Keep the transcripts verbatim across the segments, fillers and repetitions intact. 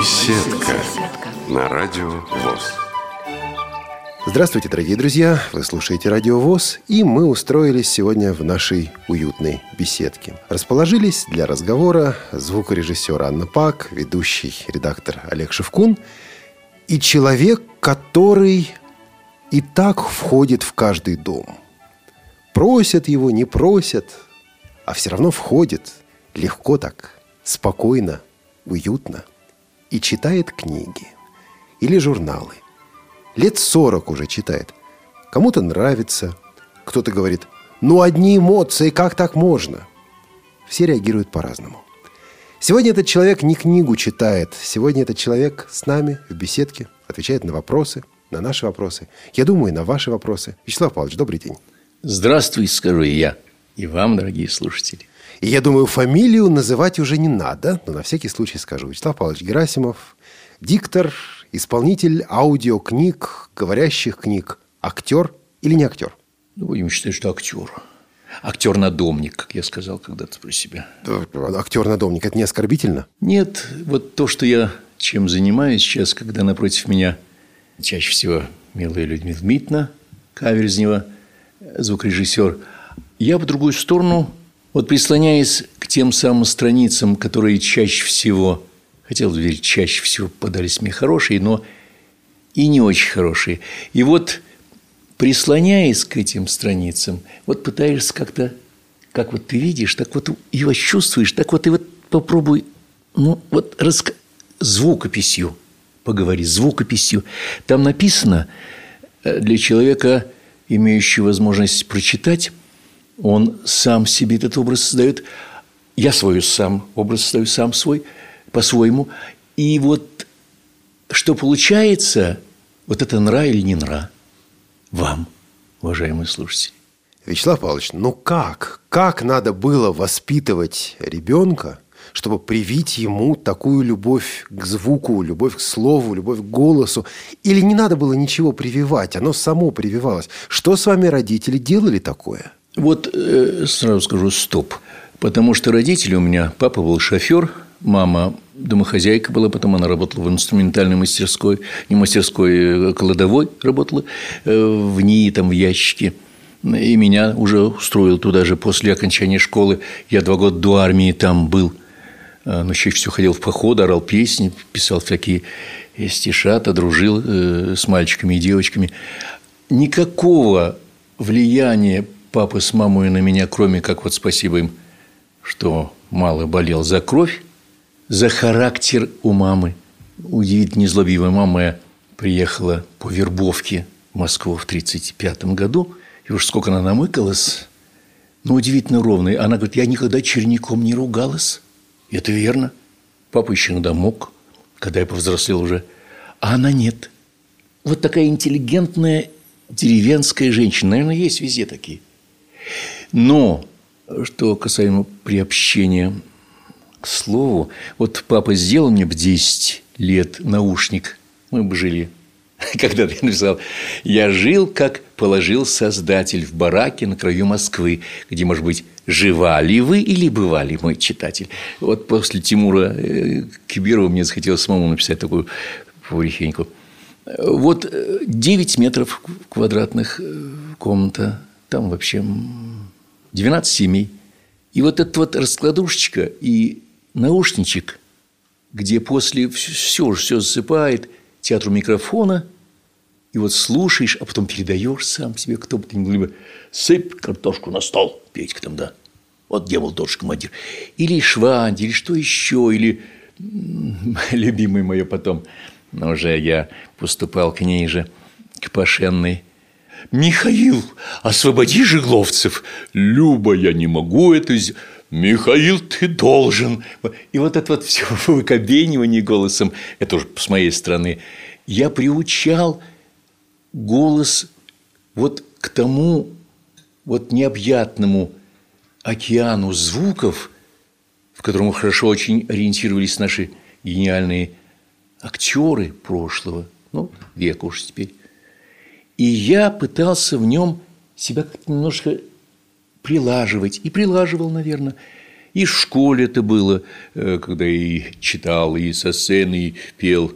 Беседка на Радио ВОС. Здравствуйте, дорогие друзья! Вы слушаете Радио ВОС, и мы устроились сегодня в нашей уютной беседке. Расположились для разговора звукорежиссер Анна Пак, ведущий редактор Олег Шевкун и человек, который и так входит в каждый дом. Просят его, не просят, а все равно входит легко так, спокойно, уютно и читает книги или журналы. Лет сорок уже читает. Кому-то нравится, кто-то говорит: ну, одни эмоции, как так можно? Все реагируют по-разному. Сегодня этот человек не книгу читает. Сегодня этот человек с нами в беседке, отвечает на вопросы, на наши вопросы. Я думаю, на ваши вопросы. Вячеслав Павлович, добрый день. Здравствуйте, скажу и я. И вам, дорогие слушатели. И я думаю, фамилию называть уже не надо, но на всякий случай скажу. Вячеслав Павлович Герасимов, диктор, исполнитель аудиокниг, говорящих книг. Актер или не актер? Ну, будем считать, что актер. Актер-надомник, как я сказал когда-то про себя. Актер-надомник – это не оскорбительно? Нет, вот то, что я чем занимаюсь сейчас, когда напротив меня чаще всего милая Людмила Дмитриевна Каверзнева, звукорежиссер, я по другую сторону, вот прислоняясь к тем самым страницам, которые чаще всего, хотел верить, чаще всего попадались мне хорошие, но и не очень хорошие. И вот, прислоняясь к этим страницам, вот пытаешься как-то, как вот ты видишь, так вот его чувствуешь, так вот и вот попробуй, ну, вот раска... звукописью поговори, звукописью. Там написано для человека, имеющего возможность прочитать, он сам себе этот образ создает. Я свой сам образ создаю, сам свой, по-своему. И вот что получается, вот это нра или не нра вам, уважаемые слушатели. Вячеслав Павлович, ну как? Как надо было воспитывать ребенка, чтобы привить ему такую любовь к звуку, любовь к слову, любовь к голосу? Или не надо было ничего прививать, оно само прививалось? Что с вами родители делали такое? Вот э, сразу скажу стоп. Потому что родители у меня, папа был шофер, мама домохозяйка была, потом она работала в инструментальной мастерской, не мастерской, а кладовой работала, э, в НИИ, там в ящике. И меня уже устроил туда же после окончания школы. Я два года до армии там был. Но еще все ходил в походы, орал песни, писал всякие стишата, дружил э, с мальчиками и девочками. Никакого влияния папы с мамой на меня, кроме как вот спасибо им, что мало болел за кровь, за характер у мамы. Удивительно незлобивая мама моя приехала по вербовке в Москву в тридцать пятом году. И уж сколько она намыкалась, но удивительно ровная. Она говорит: я никогда черняком не ругалась. И это верно. Папа еще иногда мог, когда я повзрослел уже. А она нет. Вот такая интеллигентная деревенская женщина. Наверное, есть везде такие. Но, что касаемо приобщения к слову, вот папа сделал мне в десять лет наушник. Мы бы жили. Когда-то я написал: я жил, как положил Создатель, в бараке на краю Москвы, где, может быть, живали вы или бывали, мой читатель. Вот после Тимура Кибирова мне захотелось самому написать такую пурихеньку. Вот девять метров квадратных комната, там вообще двенадцать семей. И вот эта вот раскладушечка и наушничек, где после все, все засыпает, театру микрофона, и вот слушаешь, а потом передаешь сам себе, кто бы ты ни был, сыпь картошку на стол, Петька там, да. Вот где был тот командир. Или шванди, или что еще, или любимый мое потом, но уже я поступал к ней же, к Пашенной. Михаил, освободи жигловцев. Люба, я не могу это сделать. Михаил, ты должен. И вот это вот все выкобенивание голосом, это уже с моей стороны, я приучал голос вот к тому вот необъятному океану звуков, в котором хорошо очень ориентировались наши гениальные актеры прошлого, ну, века уж теперь. И я пытался в нем себя как-то немножко прилаживать. И прилаживал, наверное. И в школе это было, когда и читал, и со сцены, и пел.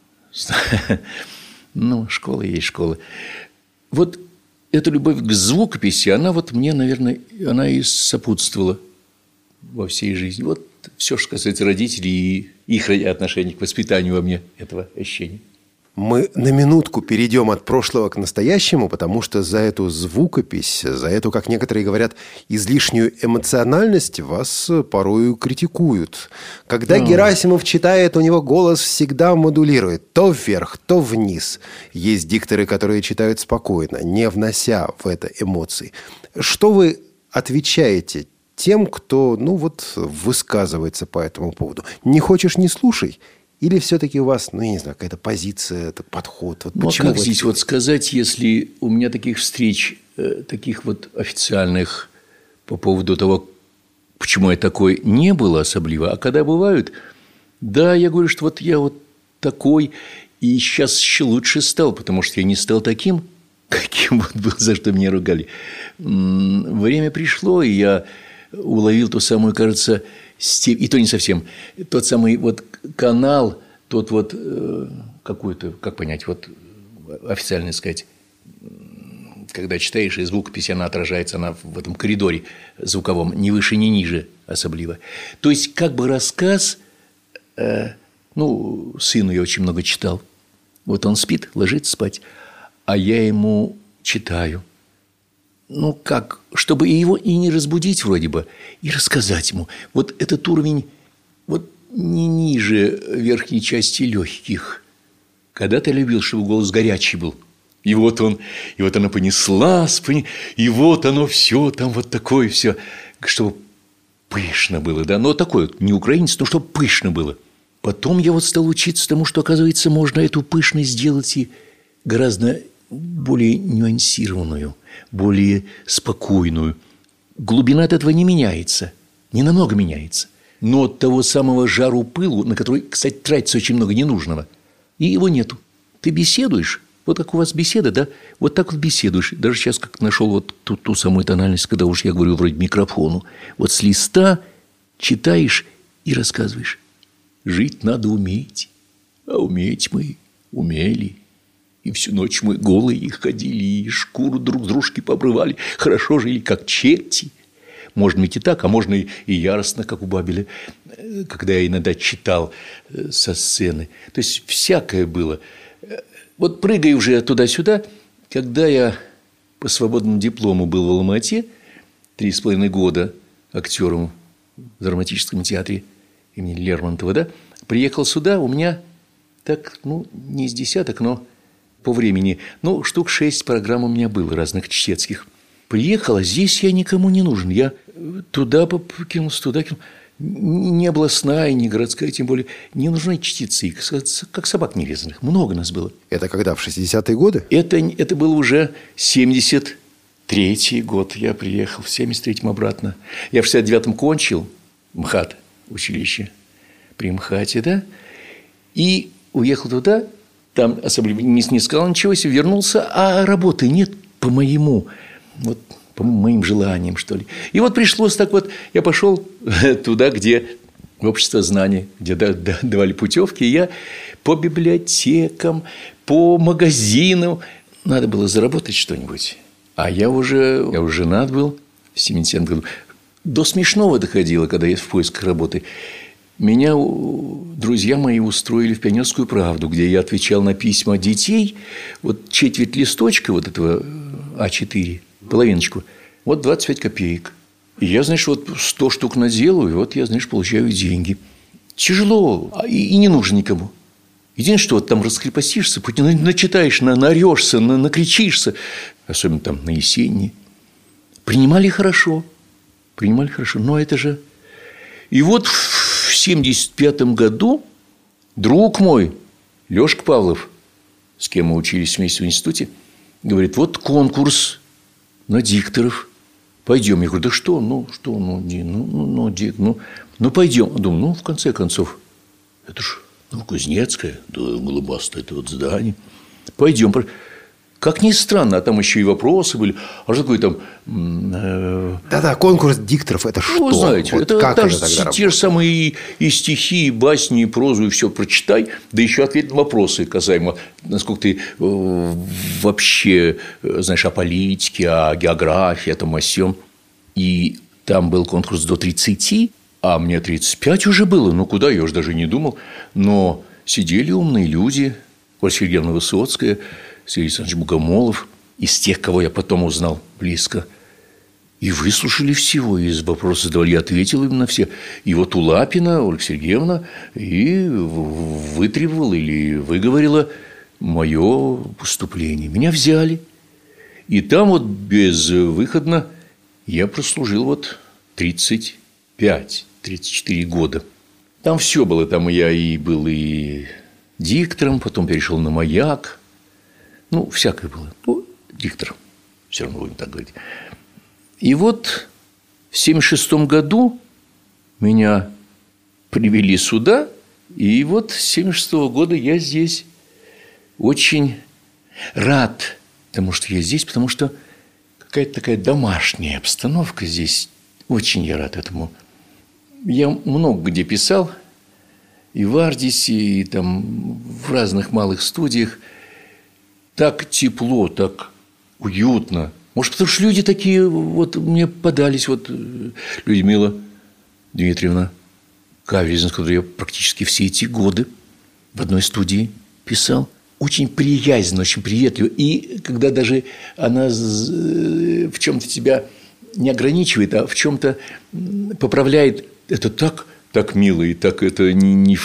Ну, школа есть школа. Вот эта любовь к звукописи, она вот мне, наверное, она и сопутствовала во всей жизни. Вот все, что касается родителей и их отношений к воспитанию во мне этого ощущения. Мы на минутку перейдем от прошлого к настоящему, потому что за эту звукопись, за эту, как некоторые говорят, излишнюю эмоциональность вас порою критикуют. Когда mm. Герасимов читает, у него голос всегда модулирует то вверх, то вниз. Есть дикторы, которые читают спокойно, не внося в это эмоций. Что вы отвечаете тем, кто, ну вот, высказывается по этому поводу? Не хочешь – не слушай. Или все-таки у вас, ну, я не знаю, какая-то позиция, подход? Вот ну, почему а как здесь вот сказать, если у меня таких встреч, таких вот официальных по поводу того, почему я такой, не было особливо. А когда бывают, да, я говорю, что вот я вот такой, и сейчас еще лучше стал, потому что я не стал таким, каким вот был, за что меня ругали. Время пришло, и я уловил ту самую, кажется, и то не совсем. Тот самый вот канал, тот вот э, какой-то, как понять, вот официально сказать, когда читаешь, и звукопись, она отражается, она в этом коридоре звуковом, ни выше, ни ниже особливо. То есть, как бы рассказ, э, ну, сыну я очень много читал. Вот он спит, ложится спать, а я ему читаю. Ну, как, чтобы его и не разбудить вроде бы, и рассказать ему. Вот этот уровень, вот не ниже верхней части легких. Когда-то я любил, чтобы голос горячий был. И вот он, и вот она понеслась, и вот оно все там вот такое все, чтобы пышно было, да. Но такое, не украинец, но чтобы пышно было. Потом я вот стал учиться тому, что, оказывается, можно эту пышность сделать и гораздо более нюансированную, более спокойную. Глубина от этого не меняется, не намного меняется. Но от того самого жару пылу, на который, кстати, тратится очень много ненужного, и его нету. Ты беседуешь, вот как у вас беседа, да? Вот так вот беседуешь. Даже сейчас как нашел вот ту, ту самую тональность, когда уж я говорю вроде микрофону. Вот с листа читаешь и рассказываешь. Жить надо уметь, а уметь мы умели. И всю ночь мы голые ходили, и шкуру друг с дружки пообрывали. Хорошо жили, как черти. Можно ведь и так, а можно и яростно, как у Бабеля, когда я иногда читал со сцены. То есть, всякое было. Вот прыгая уже туда-сюда, когда я по свободному диплому был в Алма-Ате, три с половиной года актером в драматическом театре имени Лермонтова, да, приехал сюда, у меня так, ну, не с десяток, но по времени, ну, штук шесть программ у меня было разных чтецких. Приехал, а здесь я никому не нужен. Я туда кинулся, туда кинулся. Ни областная, ни городская, тем более, не нужны чтецы, как собак нерезанных. Много нас было. Это когда, в шестидесятые годы? Это, это был уже семьдесят третий год. Я приехал в семьдесят третьем обратно. Я в шестьдесят девятом кончил МХАТ, училище при МХАТе, да, и уехал туда. Там особо не, не сказал ничего, вернулся, а работы нет по моему, вот, по моим желаниям, что ли. И вот пришлось так вот, я пошел туда, где общество знаний, где давали путевки, и я по библиотекам, по магазинам, надо было заработать что-нибудь. А я уже, я уже женат был в семидесятом году. До смешного доходило, когда я в поисках работы. Меня друзья мои устроили в «Пионерскую правду», где я отвечал на письма детей. Вот четверть листочка вот этого а четыре, половиночку, вот двадцать пять копеек. И я, знаешь, вот сто штук наделаю, и вот я, знаешь, получаю деньги. Тяжело, и, и не нужно никому. Единственное, что вот там раскрепостишься, начитаешь, наорешься, накричишься, особенно там на Есении. Принимали хорошо, принимали хорошо, но это же... И вот в семьдесят пятом году друг мой, Лёшка Павлов, с кем мы учились вместе в институте, говорит, вот конкурс на дикторов. Пойдем. Я говорю, да что, ну, что, ну, не, ну, ну, ну, дик, ну, ну, пойдем. Думаю, ну, в конце концов, это ж Новокузнецкая, да, голубастое это вот здание. Пойдем. Как ни странно, а там еще и вопросы были. А что такое там... Э... Да-да, конкурс дикторов – это что? Ну, вы знаете, вот это как даже это тогда те же самые и, и стихи, и басни, и прозу, и все прочитай, да еще ответь на вопросы касаемо, насколько ты э, вообще знаешь о политике, о географии, о том, о сём. И там был конкурс до тридцати, а мне тридцать пять уже было. Ну, куда, я уже даже не думал. Но сидели умные люди, Ольга Сергеевна Высоцкая, Сергей Александрович Богомолов, из тех, кого я потом узнал близко. И выслушали всего, и вопросы задавали, я ответил им на все. И вот у Лапина Ольга Сергеевна и вытребовала или выговорила мое поступление. Меня взяли. И там вот безвыходно я прослужил вот тридцать пять тридцать четыре года. Там все было. Там я и был и диктором, потом перешел на «Маяк». Ну, всякое было. Ну, диктор. Все равно будем так говорить. И вот в семьдесят шестом году меня привели сюда. И вот с семьдесят шестого года я здесь очень рад тому, что я здесь, потому что какая-то такая домашняя обстановка здесь. Очень я рад этому. Я много где писал. И в Ардисе, и там в разных малых студиях. Так тепло, так уютно. Может, потому что люди такие вот мне подались. Вот Людмила Дмитриевна Каверзин, с которой я практически все эти годы в одной студии писал. Очень приязненно, очень приветливо. И когда даже она в чем-то тебя не ограничивает, а в чем-то поправляет, это так... Так мило, и так это не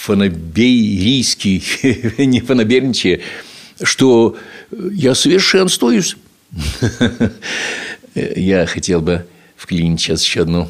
фанаберийский, не фанаберничая, что я совершенствуюсь. Я хотел бы вклинить сейчас еще одну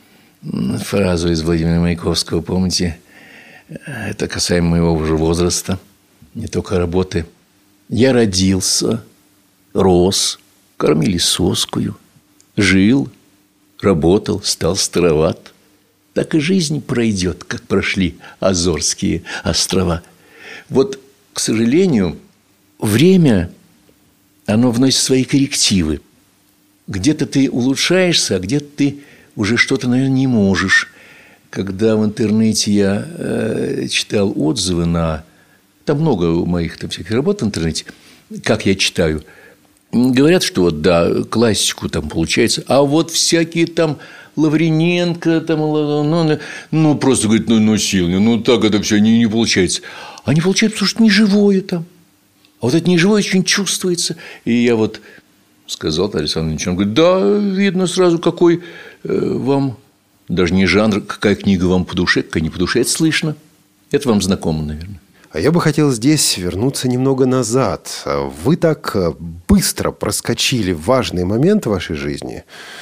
фразу из Владимира Маяковского. Помните, это касаемо моего уже возраста, не только работы. Я родился, рос, кормили соскую, жил, работал, стал староват. Так и жизнь пройдет, как прошли Азорские острова. Вот, к сожалению, время, оно вносит свои коррективы. Где-то ты улучшаешься, а где-то ты уже что-то, наверное, не можешь. Когда в интернете я э, читал отзывы на... Там много моих там всяких работ в интернете, как я читаю. Говорят, что вот, да, классику там получается, а вот всякие там... Лавриненко, там, ну, ну, просто, говорит, ну, ну, сильно, ну, так это все не, не получается. А не получается, потому что не живое там. А вот это неживое очень чувствуется. И я вот сказал Александру Ильичу, он говорит, да, видно сразу, какой э, вам, даже не жанр, какая книга вам по душе, какая не по душе, это слышно. Это вам знакомо, наверное. А я бы хотел здесь вернуться немного назад. Вы так быстро проскочили важный момент в вашей жизни.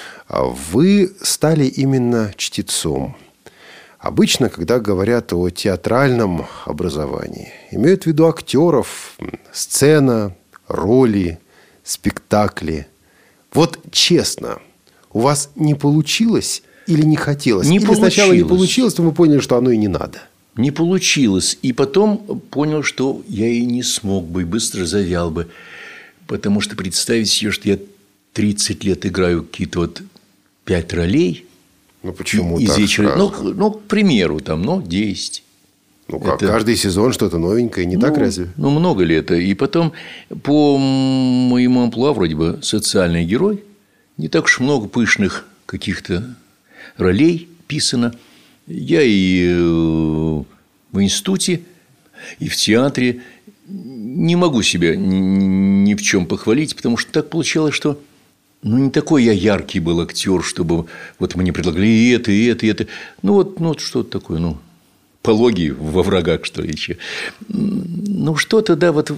Вы стали именно чтецом. Обычно, когда говорят о театральном образовании, имеют в виду актеров, сцена, роли, спектакли. Вот честно, у вас не получилось или не хотелось? Не или получилось. Сначала не получилось, то вы поняли, что оно и не надо? Не получилось. И потом понял, что я и не смог бы, и быстро завял бы. Потому что представить себе, что я тридцать лет играю какие-то вот пять ролей. Ну, почему из так вечера, ну, ну, к примеру, там, ну, десять. Ну, как, это... каждый сезон что-то новенькое, не ну, так разве? Ну, много ли это? И потом, по моему амплуа, вроде бы, социальный герой. Не так уж много пышных каких-то ролей писано. Я и в институте, и в театре не могу себя ни в чем похвалить, потому что так получалось, что ну, не такой я яркий был актер, чтобы вот мне предлагали и это, и это, и это. Ну, вот, ну, вот что-то такое, ну, пологи во врагах, что ли, еще. Ну, что-то, да, вот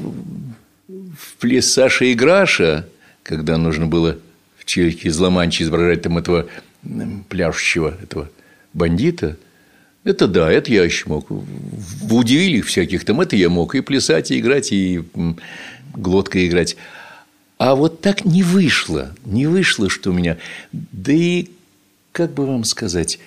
в «Пляс Саша и Граша», когда нужно было в «Челюсти из Ла-Манчи» изображать там этого пляшущего, этого бандита, это да, это я еще мог. В удивилиях всяких там это я мог и плясать, и играть, и глоткой играть. А вот так не вышло. Не вышло, что у меня... Да и, как бы вам сказать,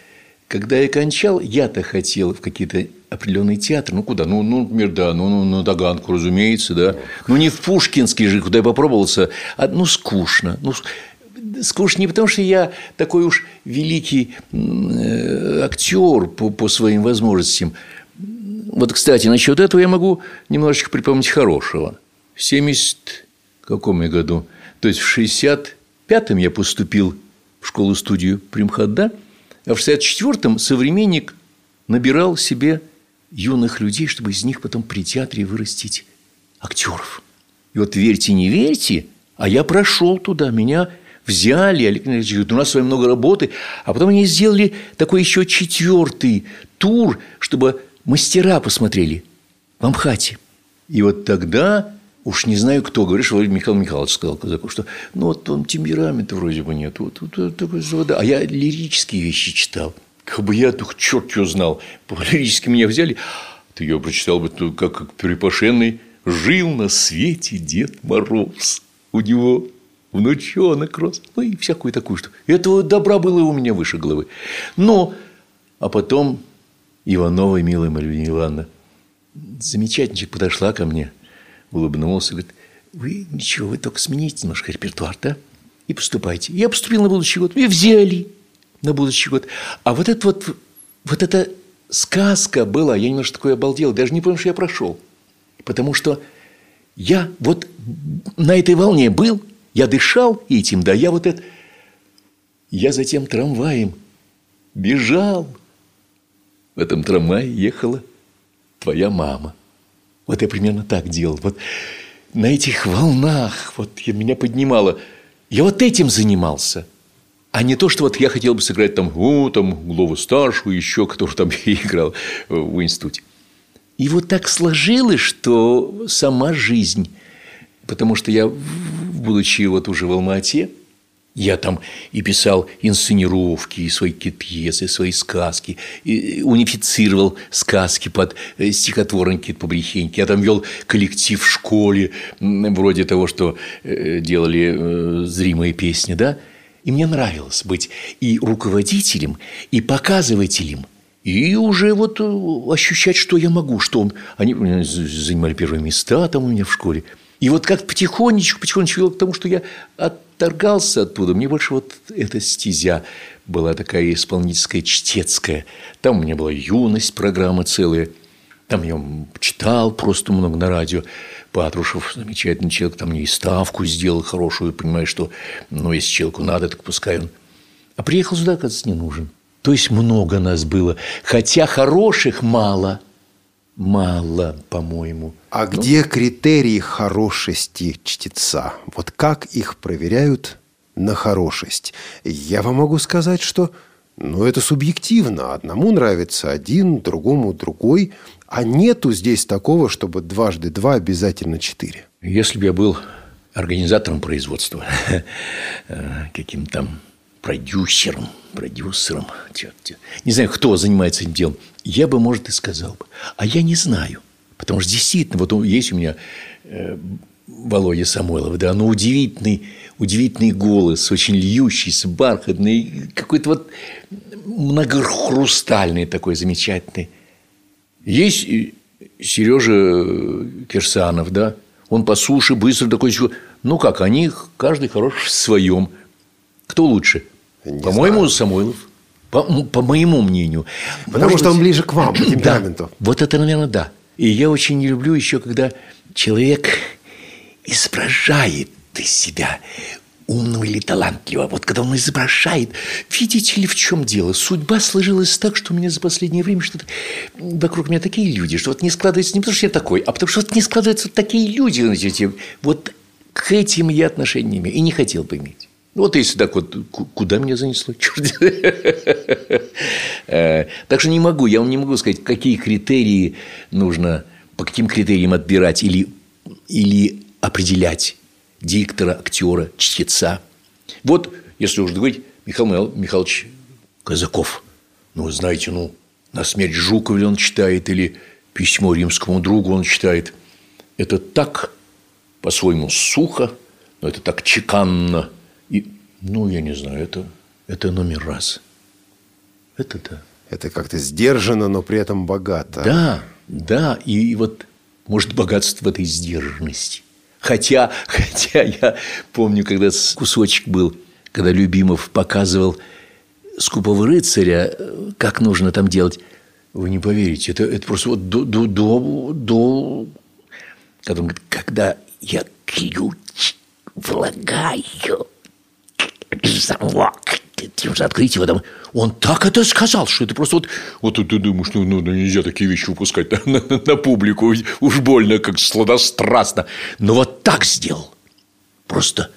когда я кончал, я-то хотел в какие-то определенные театры. Ну, куда? Ну, ну например, да, ну, ну, на Таганку, разумеется, да. Ну, не в Пушкинский же, куда я попробовался. А, ну, скучно. Ну, скучно не потому, что я такой уж великий э, актер по, по своим возможностям. Вот, кстати, насчет этого я могу немножечко припомнить хорошего. В семьдесят каком я году? То есть, в шестьдесят пятом я поступил в школу-студию Примхат-да, а в шестьдесят четвёртом современник набирал себе юных людей, чтобы из них потом при театре вырастить актеров. И вот верьте, не верьте, а я прошел туда, меня взяли, Олег Ильич говорит, у нас с вами много работы, а потом они сделали такой еще четвертый тур, чтобы мастера посмотрели в Амхате. И вот тогда, уж не знаю кто, говоришь, Владимир Михаил Михайлович сказал Казаков, что ну вот он темперамента вроде бы нет, вот, вот, вот такой завода. А я лирические вещи читал. Как бы я, только черт что знал, по-лирически меня взяли, то я прочитал бы, как, как Припашенный: жил на свете Дед Мороз, у него внучонок рос, ну и всякую такую, что этого добра было у меня выше головы. Но, а потом Иванова, милая Марья Ивановна, замечательничек, подошла ко мне, улыбнулся, говорит: вы ничего, вы только смените немножко репертуар, да, и поступайте. Я поступил на будущий год, и взяли на будущий год. А вот это вот, вот эта сказка была, я немножко такой обалдел, даже не помню, что я прошел. Потому что я вот на этой волне был, я дышал этим, да, я вот это... Я за тем трамваем бежал. В этом трамвае ехала твоя мама. Вот я примерно так делал. Вот на этих волнах вот я, меня поднимало. Я вот этим занимался. А не то, что вот я хотел бы сыграть там, о, там, Глову-старшую, еще, который там играл в институте. И вот так сложилось, что сама жизнь, потому что я, будучи вот уже в Алма-Ате, я там и писал инсценировки, и свои пьесы, свои сказки, и унифицировал сказки под стихотворные какие-то побрехеньки. Я там вел коллектив в школе, вроде того, что делали зримые песни, да. И мне нравилось быть и руководителем, и показывателем, и уже вот ощущать, что я могу, что они занимали первые места там у меня в школе. И вот как потихонечку, потихонечку вело к тому, что я отторгался оттуда. Мне больше вот эта стезя была такая исполнительская, чтецкая. Там у меня была юность, программа целая. Там я читал просто много на радио. Патрушев, замечательный человек, там мне и ставку сделал хорошую, понимаешь, что, ну, если человеку надо, так пускай он. А приехал сюда, оказывается, не нужен. То есть много нас было, хотя хороших мало, мало, по-моему. А ну, где критерии хорошести чтеца? Вот как их проверяют на хорошесть? Я вам могу сказать, что, ну, это субъективно. Одному нравится один, другому другой. А нету здесь такого, чтобы дважды два обязательно четыре. Если бы я был организатором производства, каким-то там продюсером, продюсером, не знаю, кто занимается этим делом, я бы, может, и сказал бы. А я не знаю. Потому что действительно, вот есть у меня Володя Самойлов, да, но удивительный, удивительный голос, очень льющийся, бархатный, какой-то вот многохрустальный такой замечательный. Есть Сережа Кирсанов, да, он по суше быстро такой, ну как, они, каждый хорош в своем. Кто лучше? Не По-моему, знаю. Самойлов. По, по моему мнению. Потому Может что быть... он ближе к вам, по темпераменту. Да, вот это, наверное, да. И я очень не люблю еще, когда человек изображает из себя умного или талантливого. Вот когда он изображает, видите ли, в чем дело? Судьба сложилась так, что у меня за последнее время что-то... Вокруг меня такие люди, что вот не складывается не потому, что я такой, а потому, что вот не складываются вот такие люди. Вот к этим я отношения не имею и не хотел бы иметь. Вот если так вот, куда меня занесло? Черт. Так что не могу, я вам не могу сказать, какие критерии нужно, по каким критериям отбирать или, или определять диктора, актера, чтеца. Вот, если уж говорить, Михаил Михайлович Казаков. Ну, вы знаете, ну, на смерть Жуковля он читает, или письмо римскому другу он читает. Это так, по-своему, сухо, но это так чеканно. И, ну, я не знаю, это, это номер раз. Это да. Это как-то сдержанно, но при этом богато. Да, да. И вот, может, богатство в этой сдержанности. Хотя, хотя я помню, когда кусочек был, когда Любимов показывал «Скупого рыцаря», как нужно там делать. Вы не поверите, это, это просто вот до, до, до, до... Когда он говорит, когда я ключ влагаю в замок, ты уже открыть его там. Он так это сказал, что это просто вот... Вот ты думаешь, ну, ну нельзя такие вещи выпускать на, на, на публику. Уж больно, как сладострастно. Но вот так сделал. Просто...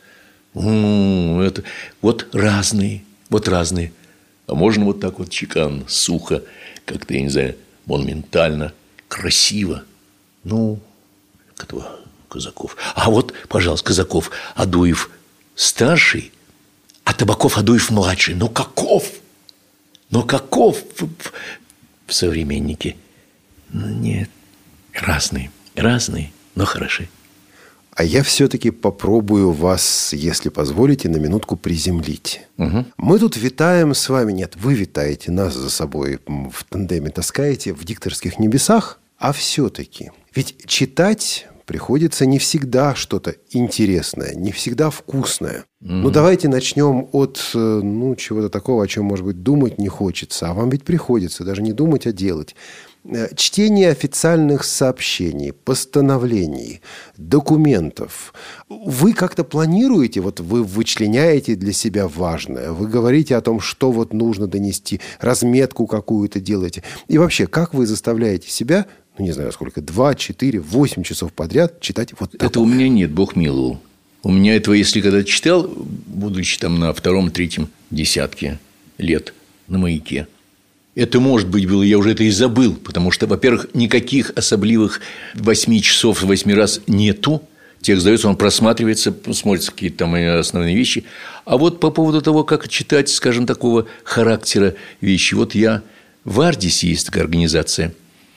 М-м, это, вот разные, вот разные. А можно вот так вот чеканно, сухо, как-то, я не знаю, монументально, красиво. Ну, этого Казаков. А вот, пожалуйста, Казаков, Адуев старший, а Табаков, Адуев младший. Но каков? Но каков в, в, в современнике? Ну, нет, разные, разные, но хороши. А я все-таки попробую вас, если позволите, на минутку приземлить. Угу. Мы тут витаем с вами, нет, вы витаете, нас за собой в тандеме таскаете в дикторских небесах, а все-таки. Ведь читать приходится не всегда что-то интересное, не всегда вкусное. Угу. Ну, давайте начнем от ну, чего-то такого, о чем, может быть, думать не хочется. А вам ведь приходится даже не думать, а делать. Чтение официальных сообщений, постановлений, документов. Вы как-то планируете, вот вы вычленяете для себя важное, вы говорите о том, что вот нужно донести, разметку какую-то делаете. И вообще, как вы заставляете себя, ну, не знаю, сколько, два, четыре, восемь часов подряд читать вот такое? Это у меня нет, Бог миловал. У меня этого, если когда читал, будучи там на втором, третьем десятке лет на «Маяке», это, может быть, было, я уже это и забыл, потому что, во-первых, никаких особливых восьми часов, восьми раз нету. Текст дается, он просматривается, смотрятся какие-то там основные вещи. А вот по поводу того, как читать, скажем, такого характера вещи. Вот я в Ардисе есть такая организация.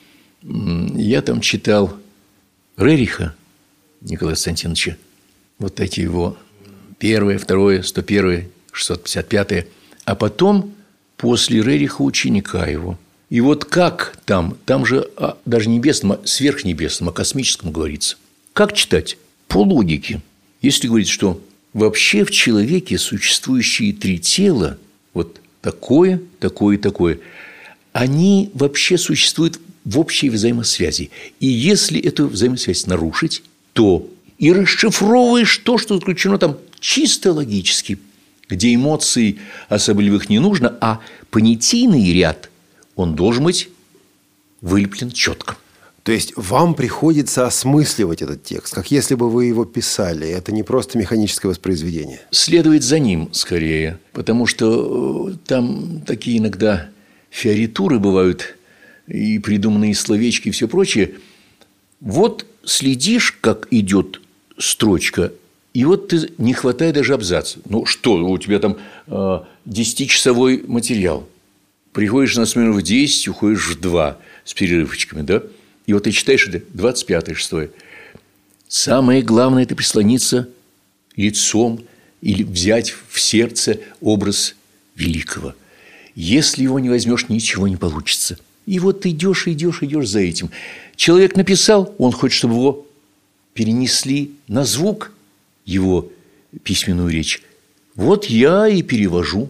Я там читал Рериха Николая Константиновича. Вот эти его первое, второе, сто первое, шестьсот пятьдесят пятое. А потом... После Рериха ученика его. И вот как там, там же а, даже небесном, а сверхнебесном, о космическом говорится. Как читать? По логике. Если говорить, что вообще в человеке существующие три тела, вот такое, такое и такое, они вообще существуют в общей взаимосвязи. И если эту взаимосвязь нарушить, то и расшифровываешь то, что заключено там чисто логически, где эмоций особливых не нужно, а понятийный ряд, он должен быть вылеплен четко. То есть вам приходится осмысливать этот текст, как если бы вы его писали. Это не просто механическое воспроизведение. Следовать за ним скорее, потому что там такие иногда фиоритуры бывают, и придуманные словечки, и все прочее. Вот следишь, как идет строчка, и вот ты не хватает даже абзаца. Ну, что, у тебя там э, десятичасовой материал. Приходишь на смену в десять, уходишь в два с перерывчиками, да? И вот ты читаешь это двадцать пятое, шестое. Самое главное – это прислониться лицом или взять в сердце образ великого. Если его не возьмешь, ничего не получится. И вот ты идешь, идешь, идешь за этим. Человек написал, он хочет, чтобы его перенесли на звук, его письменную речь. Вот я и перевожу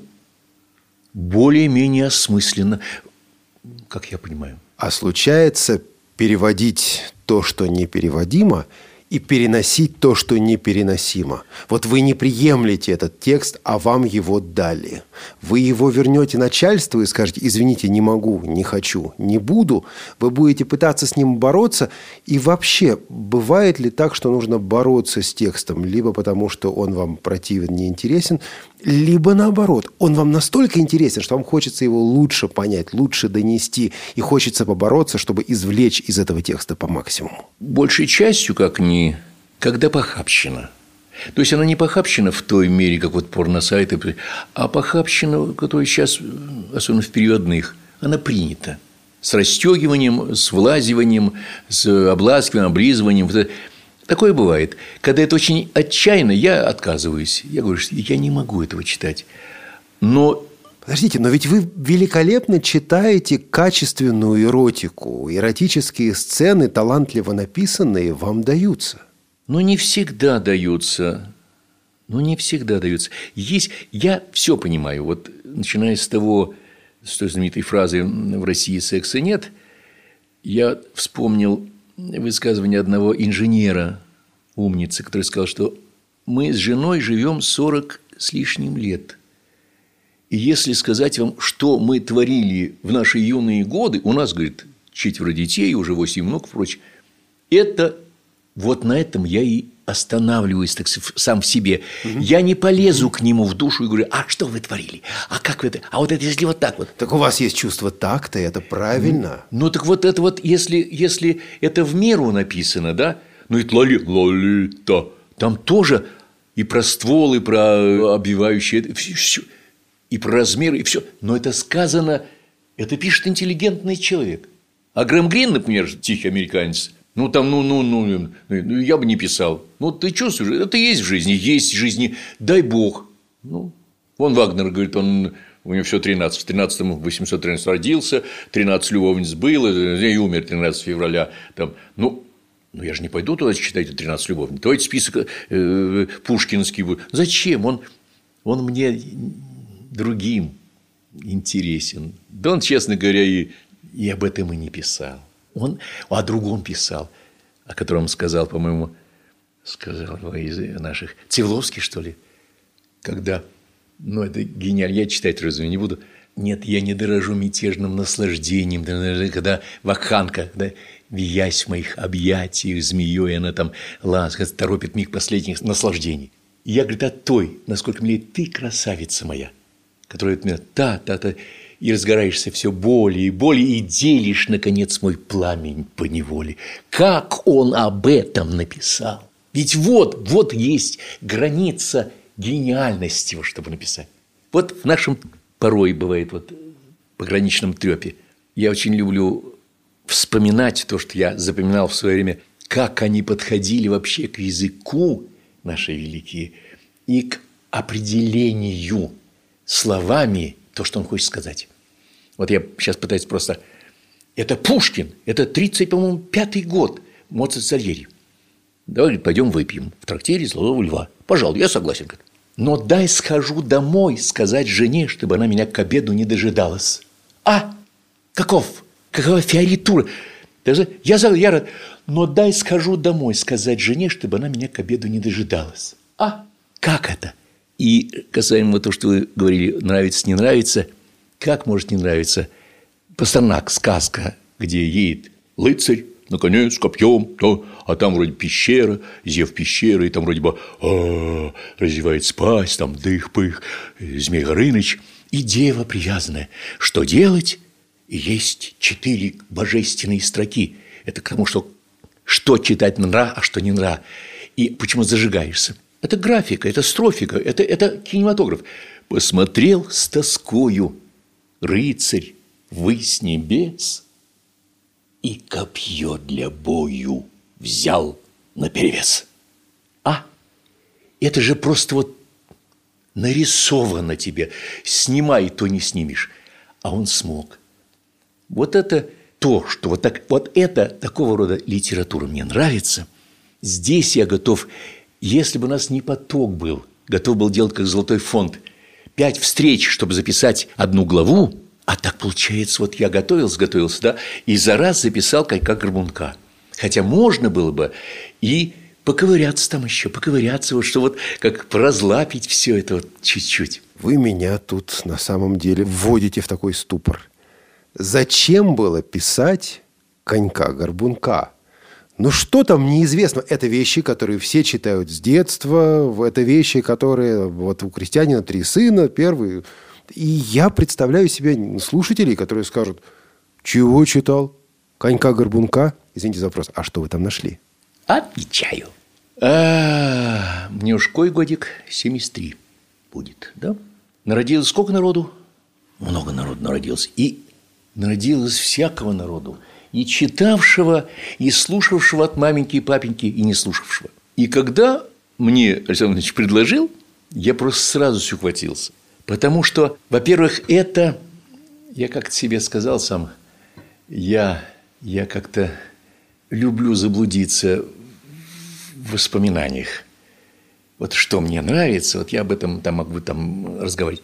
более-менее осмысленно, как я понимаю. А случается переводить то, что непереводимо, и переносить то, что непереносимо. Вот вы не приемлете этот текст, а вам его дали. Вы его вернете начальству и скажете: извините, не могу, не хочу, не буду. Вы будете пытаться с ним бороться. И вообще, бывает ли так, что нужно бороться с текстом, либо потому, что он вам противен, неинтересен, либо наоборот, он вам настолько интересен, что вам хочется его лучше понять, лучше донести, и хочется побороться, чтобы извлечь из этого текста по максимуму? Большей частью, как ни, когда похабщина. То есть она не похабщина в той мере, как вот порносайты, а похабщина, которая сейчас, особенно в переводных, она принята. С расстегиванием, с влазиванием, с обласкиванием, облизыванием. Такое бывает. Когда это очень отчаянно, я отказываюсь. Я говорю, что я не могу этого читать. Но Подождите, но ведь вы великолепно читаете качественную эротику. Эротические сцены, талантливо написанные, вам даются. Ну, не всегда даются. Ну, не всегда даются. Есть... Я все понимаю. Вот начиная с того, с той знаменитой фразы «в России секса нет», я вспомнил высказывание одного инженера, умницы, который сказал, что мы с женой живем сорок с лишним лет. И если сказать вам, что мы творили в наши юные годы, у нас, говорит, четверо детей, уже восемь внуков, прочее, это вот на этом я и останавливаюсь, так сказать, сам в себе. Угу. Я не полезу к нему в душу и говорю, а что вы творили? А как вы это? А вот это если вот так вот? Так у вас есть чувство такта, это правильно. Ну, ну так вот это вот, если, если это в меру написано, да, ну и Лолита, там тоже и про ствол, и про обвивающие, все, и про размеры, и все. Но это сказано, это пишет интеллигентный человек. А Грэм Грин, например, тихий американец, ну, там, ну, ну, ну, ну, я бы не писал. Ну, ты чувствуешь, это есть в жизни, есть в жизни, дай бог. Ну, вон Вагнер говорит, он, у него все тринадцать, в тринадцатом восемьсот тринадцатом родился, тринадцать любовниц было, и умер тринадцатого февраля. Там, ну, ну, я же не пойду туда читать тринадцать любовниц. Давайте список э, пушкинский будет. Зачем? Он, он мне другим интересен. Да он, честно говоря, и, и об этом и не писал. Он о другом писал, о котором сказал, по-моему, сказал из наших, Цивловский, что ли, когда, ну, это гениально, я читать, разве не буду, нет, я не дорожу мятежным наслаждением, когда вакханка, да, виясь в моих объятиях змеей, она там ласко торопит миг последних наслаждений. И я, говорит, от той, насколько мне ты красавица моя, которая от меня та-та-та, и разгораешься все более и более, и делишь, наконец, мой пламень по неволе. Как он об этом написал? Ведь вот, вот есть граница гениальности, чтобы написать. Вот в нашем порой бывает вот пограничном трёпе. Я очень люблю вспоминать то, что я запоминал в свое время, как они подходили вообще к языку, наши великие, и к определению словами то, что он хочет сказать. Вот я сейчас пытаюсь просто... Это Пушкин, это тридцать, по-моему, пятый год, Моцарт Сальери. Давай, пойдем выпьем в трактире «Золотого льва». Пожалуй, я согласен. Но дай схожу домой сказать жене, чтобы она меня к обеду не дожидалась. А? Каков? Какова фиоритура? Я, я рад. Но дай схожу домой сказать жене, чтобы она меня к обеду не дожидалась. А? Как это? И касаемо того, что вы говорили, нравится, не нравится, как может не нравиться Пастернак, сказка, где едет рыцарь, наконец, копьем, то, а там вроде пещера, зев пещеры, и там вроде бы разевает пасть, там дых-пых, Змей Горыныч, и дева привязанная. Что делать? И есть четыре божественные строки. Это к тому, что, что читать нра, а что не нра. И почему зажигаешься. Это графика, это строфика, это, это кинематограф. Посмотрел с тоскою рыцарь ввысь небес и копье для бою взял наперевес. А, это же просто вот нарисовано тебе. Снимай, то не снимешь. А он смог. Вот это то, что вот, так, вот это такого рода литература мне нравится. Здесь я готов... Если бы у нас не поток был, готов был делать как золотой фонд, пять встреч, чтобы записать одну главу, а так получается, вот я готовился, готовился, да, и за раз записал «Конька Горбунка». Хотя можно было бы и поковыряться там еще, поковыряться, вот что вот как поразлапить все это вот чуть-чуть. Вы меня тут на самом деле вводите в такой ступор. Зачем было писать «Конька Горбунка»? Ну, что там неизвестно. Это вещи, которые все читают с детства. Это вещи, которые вот у крестьянина три сына, первый. И я представляю себе слушателей, которые скажут, чего читал? «Конька Горбунка»? Извините за вопрос. А что вы там нашли? Отвечаю. А, мне уж кой годик семьдесят три будет, да? Народилось сколько народу? Много народу народилось. И народилось всякого народу. И читавшего, и слушавшего от маменьки и папеньки, и не слушавшего. И когда мне Александр Иванович предложил, я просто сразу все ухватился. Потому что, во-первых, это, я как-то себе сказал сам, я, я как-то люблю заблудиться в воспоминаниях. Вот что мне нравится, вот я об этом там могу там разговаривать.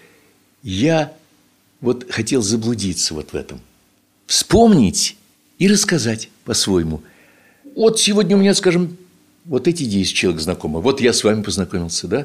Я вот хотел заблудиться вот в этом. Вспомнить и рассказать по-своему. Вот сегодня у меня, скажем, вот эти десять человек знакомы. Вот я с вами познакомился, да?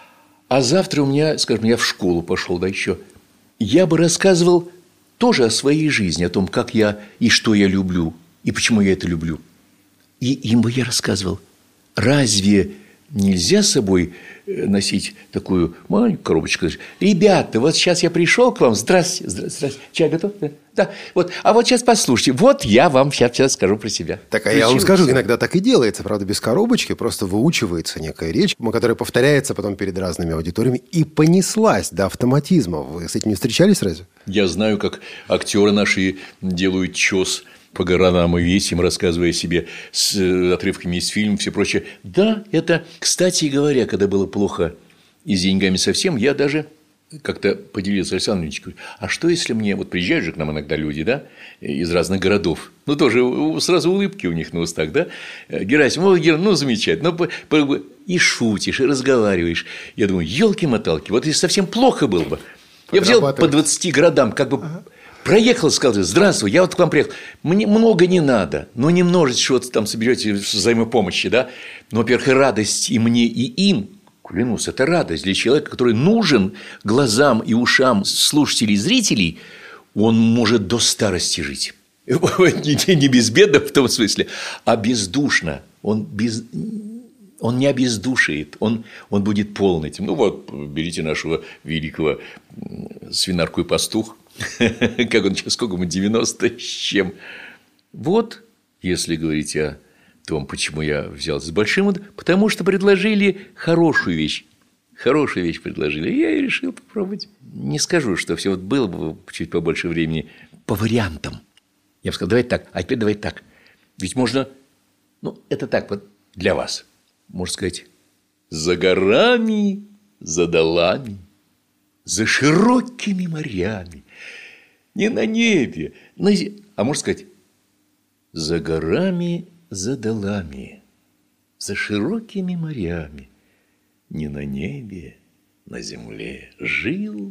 А завтра у меня, скажем, я в школу пошел, да, еще. Я бы рассказывал тоже о своей жизни, о том, как я и что я люблю, и почему я это люблю. И им бы я рассказывал. Разве нельзя с собой носить такую маленькую коробочку? Ребята, вот сейчас я пришел к вам. Здрасте, здрасте, здрасте. Чай готов? Да. да. Вот. А вот сейчас послушайте. Вот я вам сейчас, сейчас скажу про себя. Так, а я вам скажу, иногда так и делается, правда, без коробочки. Просто выучивается некая речь, которая повторяется потом перед разными аудиториями. И понеслась до автоматизма. Вы с этим не встречались разве? Я знаю, как актеры наши делают чес по городам и весям, рассказывая себе с отрывками из фильмов, все прочее. Да, это, кстати говоря, когда было плохо и с деньгами совсем, я даже как-то поделился Александром Ильичем. А что, если мне... Вот приезжают же к нам иногда люди, да, из разных городов. Ну, тоже сразу улыбки у них на устах, да. Герасим, о, Гер, ну, замечательно. Ну, и шутишь, и разговариваешь. Я думаю, елки-моталки, вот если совсем плохо было бы. Я взял по двадцати городам, как бы... Ага. Проехал, сказал, здравствуй, я вот к вам приехал. Мне много не надо, но немножечко вот там соберете взаимопомощи, да. Но, во-первых, и радость и мне, и им. Клянусь, это радость для человека, который нужен глазам и ушам слушателей и зрителей. Он может до старости жить. Не безбедно в том смысле, а бездушно. Он, без... он не обездушает, он, он будет полный этим. Ну вот, берите нашего великого свинарку и пастух. Как он сейчас, сколько ему, девяносто с чем. Вот, если говорить о том, почему я взялся с большим, потому что предложили хорошую вещь. Хорошую вещь предложили. И я и решил попробовать. Не скажу, что все вот было бы чуть побольше времени по вариантам. Я бы сказал, давай так, а теперь давай так. Ведь можно, ну, это так вот для вас. Можно сказать, за горами, за долами, за широкими морями. Не на небе, на зе... а можно сказать, за горами, за долами, за широкими морями, не на небе, на земле жил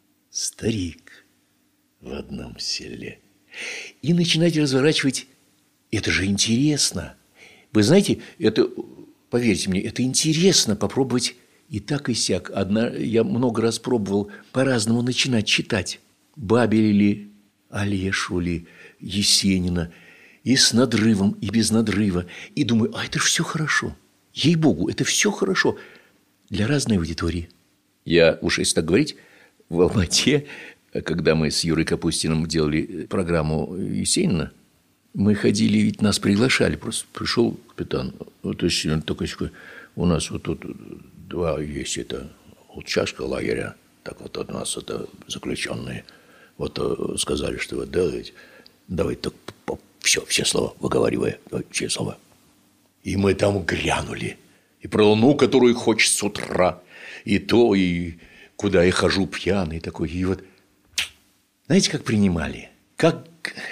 старик в одном селе. И начинать разворачивать, это же интересно. Вы знаете, это, поверьте мне, это интересно попробовать и так, и сяк. Одна, я много раз пробовал по-разному начинать читать. Бабеля ли, Олешу ли, Есенина, и с надрывом, и без надрыва. И думаю, а это же все хорошо. Ей-богу, это все хорошо для разной аудитории. Я, уж если так говорить, в Алмате, когда мы с Юрой Капустиным делали программу Есенина, мы ходили, ведь нас приглашали. Просто пришел капитан, вот только у нас вот тут два есть, это вот чашка лагеря, так вот у нас это заключенные. Вот сказали, что вы делаете, давайте так все, все слова выговаривая, все слова. И мы там грянули. И про луну, которую хочешь с утра, и то, и куда я хожу пьяный такой. И вот, знаете, как принимали? Как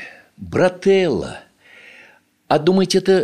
брателло. А думаете, это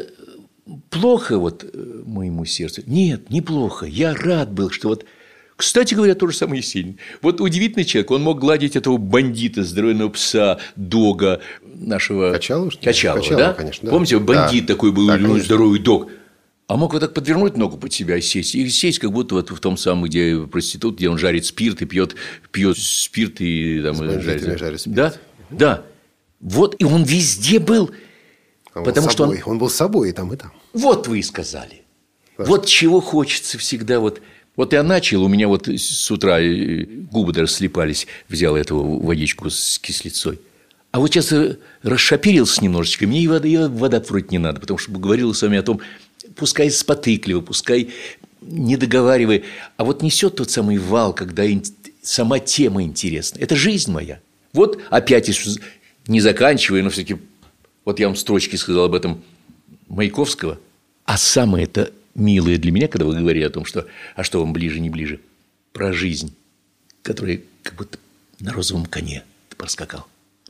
плохо вот моему сердцу? Нет, неплохо. Я рад был, что вот... Кстати говоря, то же самое Есенин. Вот удивительный человек. Он мог гладить этого бандита, здоровенного пса, дога нашего... Качалова, что ли? Качалова, Качалова, да? конечно, да. Помните, бандит да. такой был, да, здоровый дог. А мог вот так подвернуть ногу под себя и сесть. И сесть, как будто вот в том самом, где проститут, где он жарит спирт и пьет, пьет спирт и там, жарит. жарит спирт. Да, да. Вот, и он везде был. Он потому был что он... он был с собой и там, и там. Вот вы и сказали. Да. Вот чего хочется всегда вот... Вот я начал, у меня вот с утра губы даже слипались, взял эту водичку с кислицой. А вот сейчас расшапирился немножечко, мне и вода, и вода вроде не надо, потому что говорил с вами о том, пускай спотыкливо, пускай не договаривай, а вот несет тот самый вал, когда сама тема интересна. Это жизнь моя. Вот опять, не заканчивая, но все-таки, вот я вам строчки сказал об этом Маяковского, а самое это... милые для меня, когда вы говорили о том, что, а что вам ближе, не ближе, про жизнь. который как будто на розовом коне проскакал.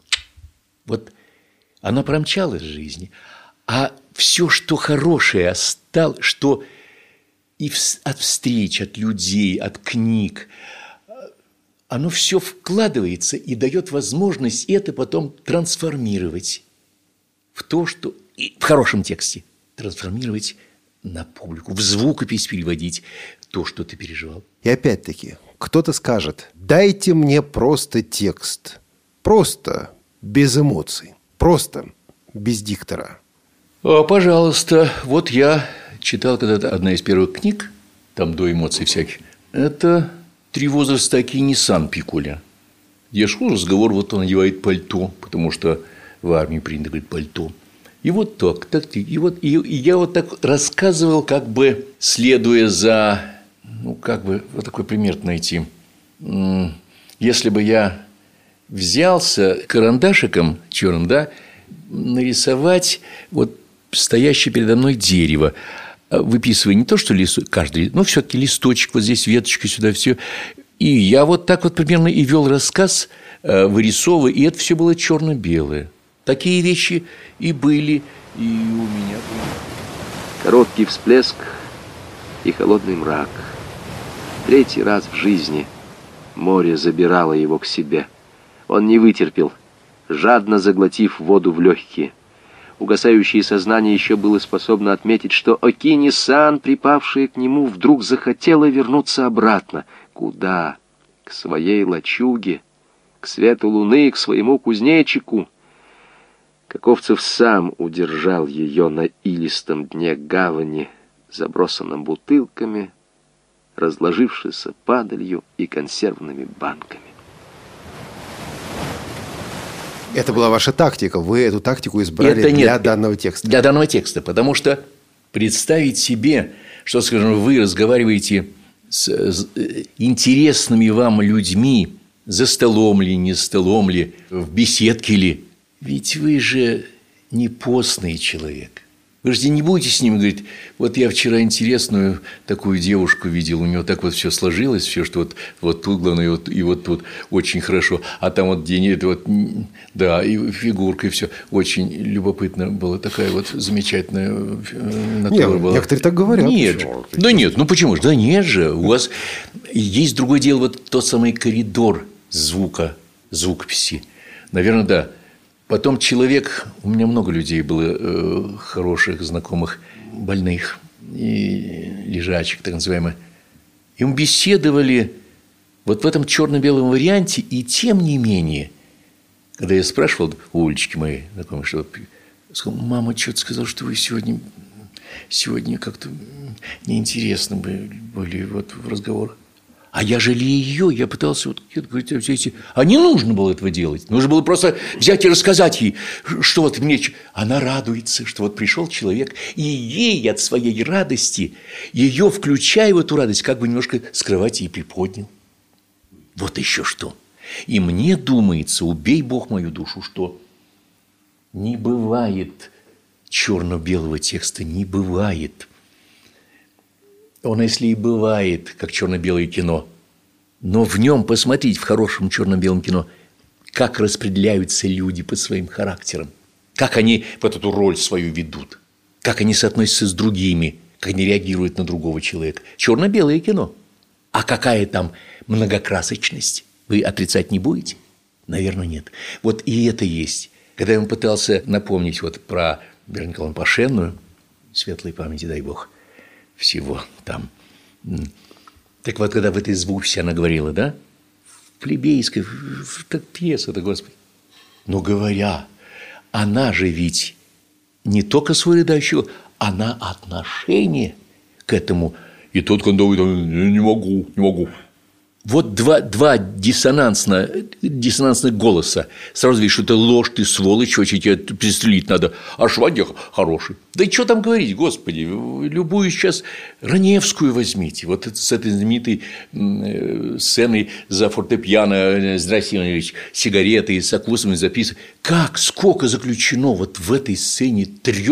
Вот она промчалась в жизни, а все, что хорошее осталось, что и от встреч, от людей, от книг, оно все вкладывается и дает возможность это потом трансформировать в то, что и в хорошем тексте трансформировать на публику, в звукопись переводить то, что ты переживал. И опять-таки, кто-то скажет: дайте мне просто текст. Просто, без эмоций. Просто, без диктора. А, пожалуйста, вот я читал когда-то одна из первых книг, там до эмоций всяких. Это «Три возраста Акини Сан» Пикуля. Я шел разговор, вот он надевает пальто, потому что в армии принято говорить пальто. И вот так, так, и вот и, и я вот так рассказывал, как бы следуя за, ну, как бы вот такой пример найти. Если бы я взялся карандашиком черным, да, нарисовать вот стоящее передо мной дерево, выписывая не то, что листочек, каждый, но все-таки листочек, вот здесь веточка, сюда все. И я вот так вот примерно и вел рассказ, вырисовывая, и это все было черно-белое. Такие вещи и были, и у меня были. Короткий всплеск и холодный мрак. Третий раз в жизни море забирало его к себе. Он не вытерпел, жадно заглотив воду в легкие. Угасающее сознание еще было способно отметить, что Акини-сан, припавшая к нему, вдруг захотела вернуться обратно. Куда? К своей лачуге, к свету луны, к своему кузнечику. Каковцев сам удержал ее на илистом дне гавани, забросанном бутылками, разложившейся падалью и консервными банками. Это была ваша тактика. Вы эту тактику избрали Это для нет, данного текста. Для данного текста. Потому что представить себе, что, скажем, вы разговариваете с, с интересными вам людьми за столом ли, не за столом ли, в беседке ли. Ведь вы же не постный человек. Вы же не будете с ним говорить: вот я вчера интересную такую девушку видел, у нее так вот все сложилось, все, что вот, вот тут главное, и вот, и вот тут очень хорошо, а там вот день, это вот, да, и фигурка, и все. Очень любопытно было, такая вот замечательная натура нет, была. Некоторые так говорят. Нет, да нет, ну почему же? Да нет же, у вас есть другое дело, вот тот самый коридор звука, звукописи. Наверное, да. Потом человек, у меня много людей было э, хороших, знакомых, больных и лежачих, так называемых. И мы беседовали вот в этом черно-белом варианте, и тем не менее, когда я спрашивал у Олечки моей знакомой, что сказал: мама что-то сказала, что вы сегодня, сегодня как-то неинтересно были вот в разговорах. А я жалею ее, я пытался вот говорить, все эти... А не нужно было этого делать. Нужно было просто взять и рассказать ей, что вот мне... Она радуется, что вот пришел человек, и ей от своей радости, ее, включая в эту радость, как бы немножко скрывать и приподнял. Вот еще что. И мне думается, убей Бог мою душу, что не бывает черно-белого текста, не бывает. Он, если и бывает, как черно-белое кино, но в нем посмотреть, в хорошем черно-белом кино, как распределяются люди по своим характерам, как они вот эту роль свою ведут, как они соотносятся с другими, как они реагируют на другого человека. Черно-белое кино. А какая там многокрасочность? Вы отрицать не будете? Наверное, нет. Вот и это есть. Когда я ему пытался напомнить вот про Веру Николаевну Пашенную, светлой памяти, дай Бог, всего там. Так вот, когда в этой звукописи она говорила, да, в плебейской, в, в, пьеса-то, Господи. Но говоря, она же ведь не только свой рыдающий, она отношение к этому. И тот кондовый, не могу, не могу. Вот два, два диссонансно, диссонансных голоса. Сразу видишь, что это ложь, ты сволочь, очень тебя пристрелить надо. А Швадья хороший. Да и что там говорить, Господи. Любую сейчас Раневскую возьмите. Вот с этой знаменитой сценой за фортепиано, здрасте, Иван Ильич, сигареты с акусами записывают. Как, сколько заключено вот в этой сцене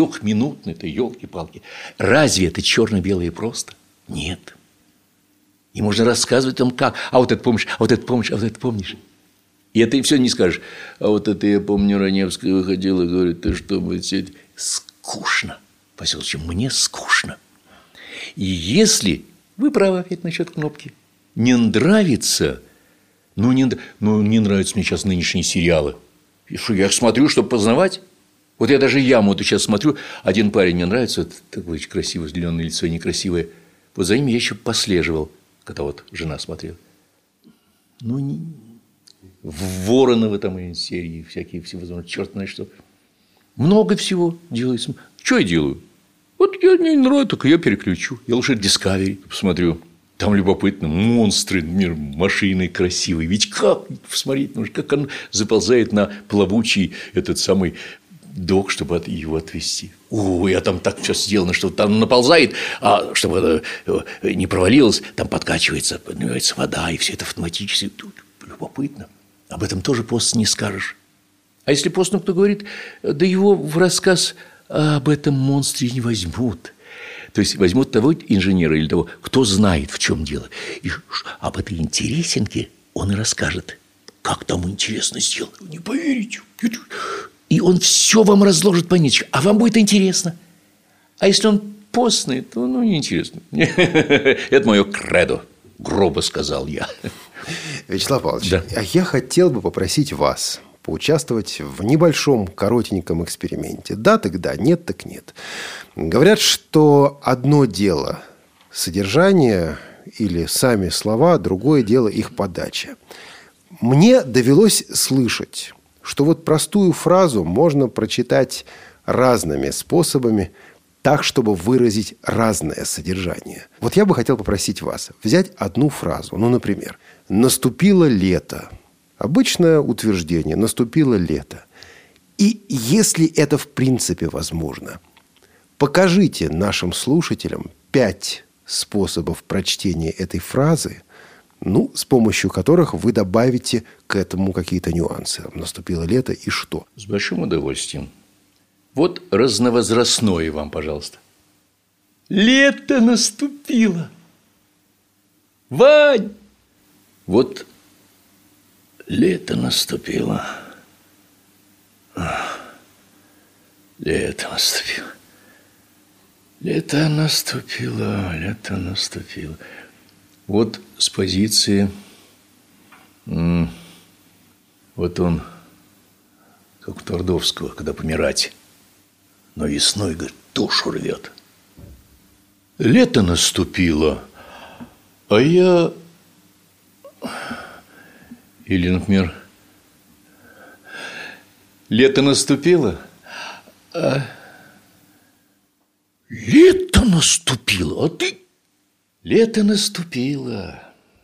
трехминутной-то, елки-палки. Разве это черно-белое просто? Нет. И можно рассказывать там как. А вот это помнишь, а вот это помнишь, а вот это помнишь. И это и все не скажешь. А вот это я помню, Раневская выходила и говорит, ты что, будет сидеть? Скучно. Василович, мне скучно. И если, вы правы опять насчет кнопки, не нравится, ну не, ну, не нравятся мне сейчас нынешние сериалы. И что, я их смотрю, чтобы познавать. Вот я даже яму вот сейчас смотрю, один парень мне нравится, вот такое красивое, зеленое лицо, некрасивое. Вот за ним я еще послеживал, когда вот жена смотрела. Ну, не... Вороновы там и серии всякие всевозможные, черт знает что. Много всего делается. Что я делаю? Вот я мне нравится, только я переключу. Я лучше Discovery посмотрю. Там любопытно. Монстры, например, машины красивые. Ведь как посмотреть нужно, как он заползает на плавучий этот самый док, чтобы его отвезти. Ой, а там так все сделано, что там наползает, а чтобы не провалилось, там подкачивается, поднимается вода, и все это автоматически. Тут любопытно. Об этом тоже постно не скажешь. А если постно кто говорит, да его в рассказ об этом монстре не возьмут. То есть возьмут того инженера или того, кто знает, в чем дело. И об этой интересенке он и расскажет. Как там интересно сделано, вы не поверите. И он все вам разложит по ниточкам, а вам будет интересно. А если он постный, то ну, неинтересно. Это мое кредо, грубо сказал я. Вячеслав Павлович, да. Я хотел бы попросить вас поучаствовать в небольшом, коротеньком эксперименте. Да, так да, нет, так нет. Говорят, что одно дело содержание или сами слова, другое дело их подача. Мне довелось слышать, что вот простую фразу можно прочитать разными способами, так, чтобы выразить разное содержание. Вот я бы хотел попросить вас взять одну фразу. Ну, например, «Наступило лето». Обычное утверждение «наступило лето». И если это в принципе возможно, покажите нашим слушателям пять способов прочтения этой фразы, ну, с помощью которых вы добавите к этому какие-то нюансы. Наступило лето и что? С большим удовольствием. Вот разновозрастное вам, пожалуйста. Лето наступило. Вань! Вот лето наступило. Лето наступило. Лето наступило, лето наступило. Вот с позиции, вот он, как у Твардовского, когда помирать, но весной, говорит, душу рвет. Лето наступило, а я... Или, например, лето наступило, а... Лето наступило, а ты... Лето наступило.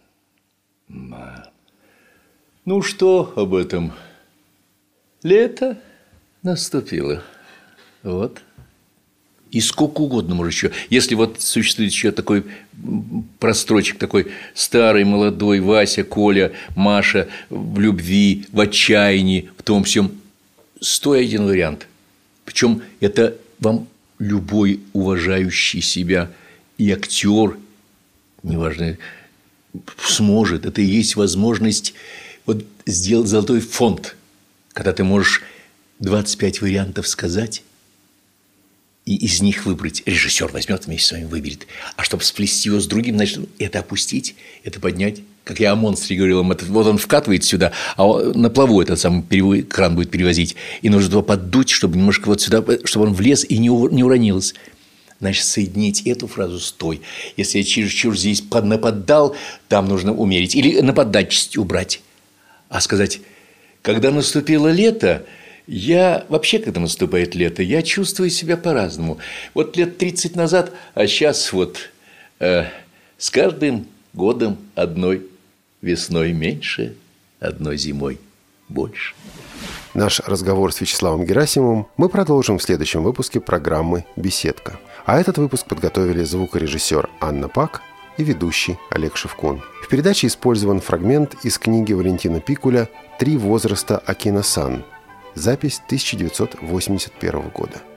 Ну, что об этом? Лето наступило. Вот. И сколько угодно, может, еще. Если вот существует еще такой прострочек, такой старый, молодой Вася, Коля, Маша в любви, в отчаянии, в том всем. Сто и один вариант. Причем это вам любой уважающий себя и актер, неважно, сможет. Это и есть возможность вот сделать золотой фонд, когда ты можешь двадцать пять вариантов сказать, и из них выбрать. Режиссер возьмет вместе с вами, выберет. А чтобы сплести его с другим, значит, это опустить, это поднять. Как я о монстре говорил, вот он вкатывает сюда, а на плаву этот самый кран будет перевозить. И нужно его поддуть, чтобы немножко вот сюда, чтобы он влез и не уронился. Значит, соединить эту фразу с той. Если я чересчур здесь наподдал, там нужно умерить. Или наподдатчесть убрать. А сказать, когда наступило лето, я вообще, когда наступает лето, я чувствую себя по-разному. Вот лет тридцать назад, а сейчас вот э, с каждым годом одной весной меньше, одной зимой больше. Наш разговор с Вячеславом Герасимовым мы продолжим в следующем выпуске программы «Беседка». А этот выпуск подготовили звукорежиссер Анна Пак и ведущий Олег Шевкун. В передаче использован фрагмент из книги Валентина Пикуля «Три возраста Акино-сан». Запись тысяча девятьсот восемьдесят первого года.